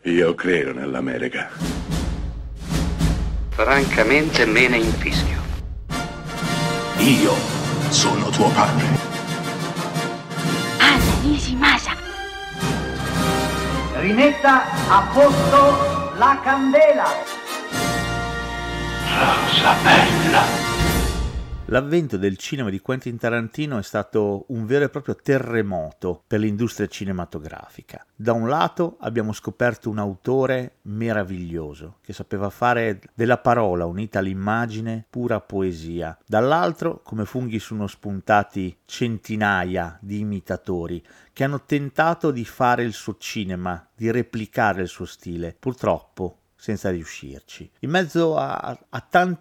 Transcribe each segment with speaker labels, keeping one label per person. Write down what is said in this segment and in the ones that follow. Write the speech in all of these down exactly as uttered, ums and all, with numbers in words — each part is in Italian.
Speaker 1: Io credo nell'America.
Speaker 2: Francamente me ne infischio.
Speaker 3: Io sono tuo padre.
Speaker 4: Anna Nishimasa.
Speaker 5: Rimetta a posto la candela.
Speaker 3: Rosa bella.
Speaker 6: L'avvento del cinema di Quentin Tarantino è stato un vero e proprio terremoto per l'industria cinematografica. Da un lato abbiamo scoperto un autore meraviglioso che sapeva fare della parola unita all'immagine pura poesia. Dall'altro, come funghi sono spuntati centinaia di imitatori che hanno tentato di fare il suo cinema, di replicare il suo stile, purtroppo senza riuscirci. In mezzo a, a tanti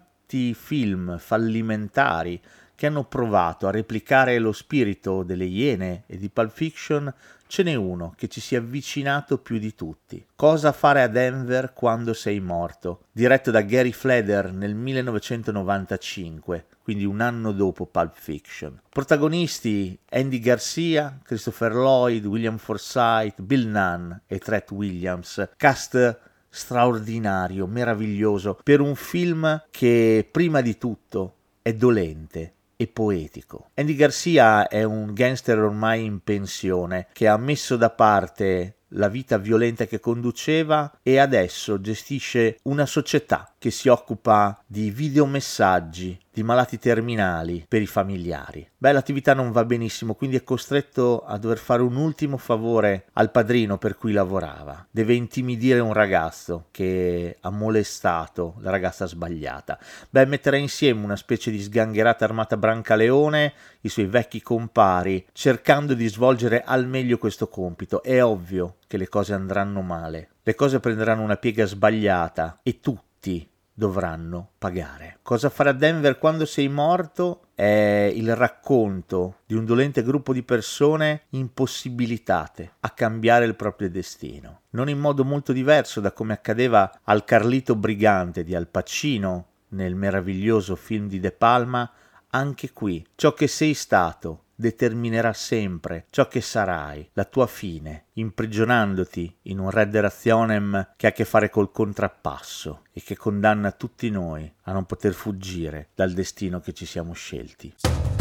Speaker 6: film fallimentari che hanno provato a replicare lo spirito delle Iene e di Pulp Fiction, ce n'è uno che ci si è avvicinato più di tutti. Cosa fare a Denver quando sei morto, diretto da Gary Fleder nel millenovecentonovantacinque, quindi un anno dopo Pulp Fiction. Protagonisti Andy Garcia, Christopher Lloyd, William Forsythe, Bill Nunn e Treat Williams. Cast straordinario, meraviglioso, per un film che prima di tutto è dolente e poetico. Andy Garcia è un gangster ormai in pensione che ha messo da parte la vita violenta che conduceva e adesso gestisce una società che si occupa di videomessaggi di malati terminali per i familiari. Beh, l'attività non va benissimo, quindi è costretto a dover fare un ultimo favore al padrino per cui lavorava. Deve intimidire un ragazzo che ha molestato la ragazza sbagliata. Beh, metterà insieme una specie di sgangherata armata Brancaleone, i suoi vecchi compari, cercando di svolgere al meglio questo compito. È ovvio che le cose andranno male, le cose prenderanno una piega sbagliata e tutti dovranno pagare. Cosa fare a Denver quando sei morto è il racconto di un dolente gruppo di persone impossibilitate a cambiare il proprio destino, non in modo molto diverso da come accadeva al Carlito Brigante di Al Pacino nel meraviglioso film di De Palma. Anche qui ciò che sei stato determinerà sempre ciò che sarai, la tua fine, imprigionandoti in un redde razionem che ha a che fare col contrappasso e che condanna tutti noi a non poter fuggire dal destino che ci siamo scelti.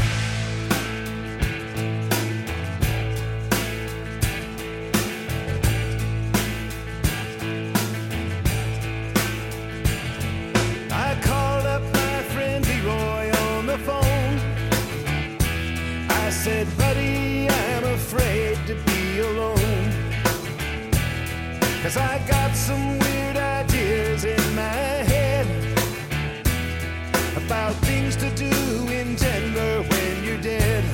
Speaker 7: Said, buddy, I'm afraid to be alone, 'cause I got some weird ideas in my head about things to do in Denver when you're dead.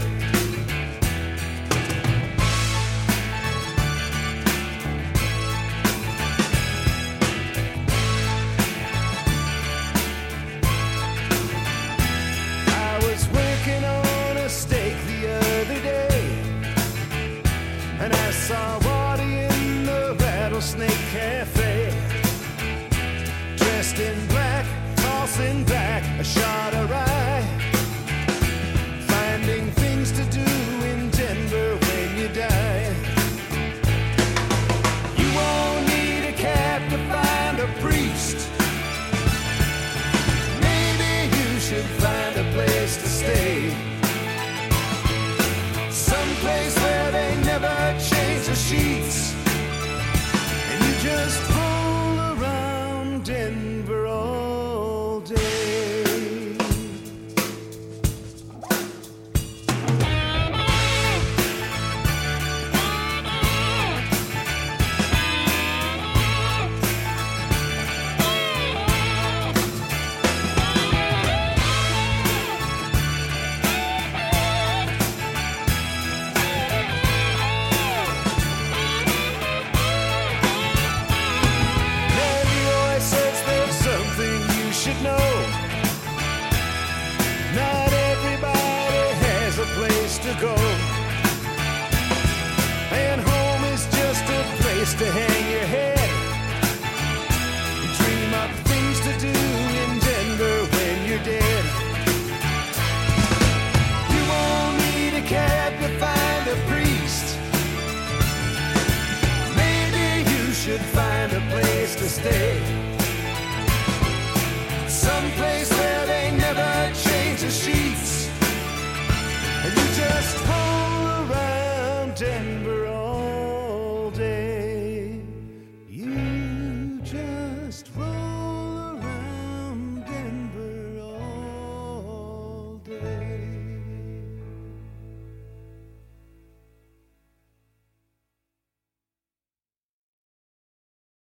Speaker 7: I was working on a steak the other day, and I saw Waddy in the Rattlesnake Cafe, dressed in black, tossing back a shot of rye, finding things to do in Denver when you die. You won't need a cat to find a priest, maybe you should find a place to stay, someplace where they never change the sheets, and you just roll around Denver all day. To go, and home is just a place to hang your head, dream up things to do in Denver when you're dead. You won't need a cab to find a priest, maybe you should find find a place to stay.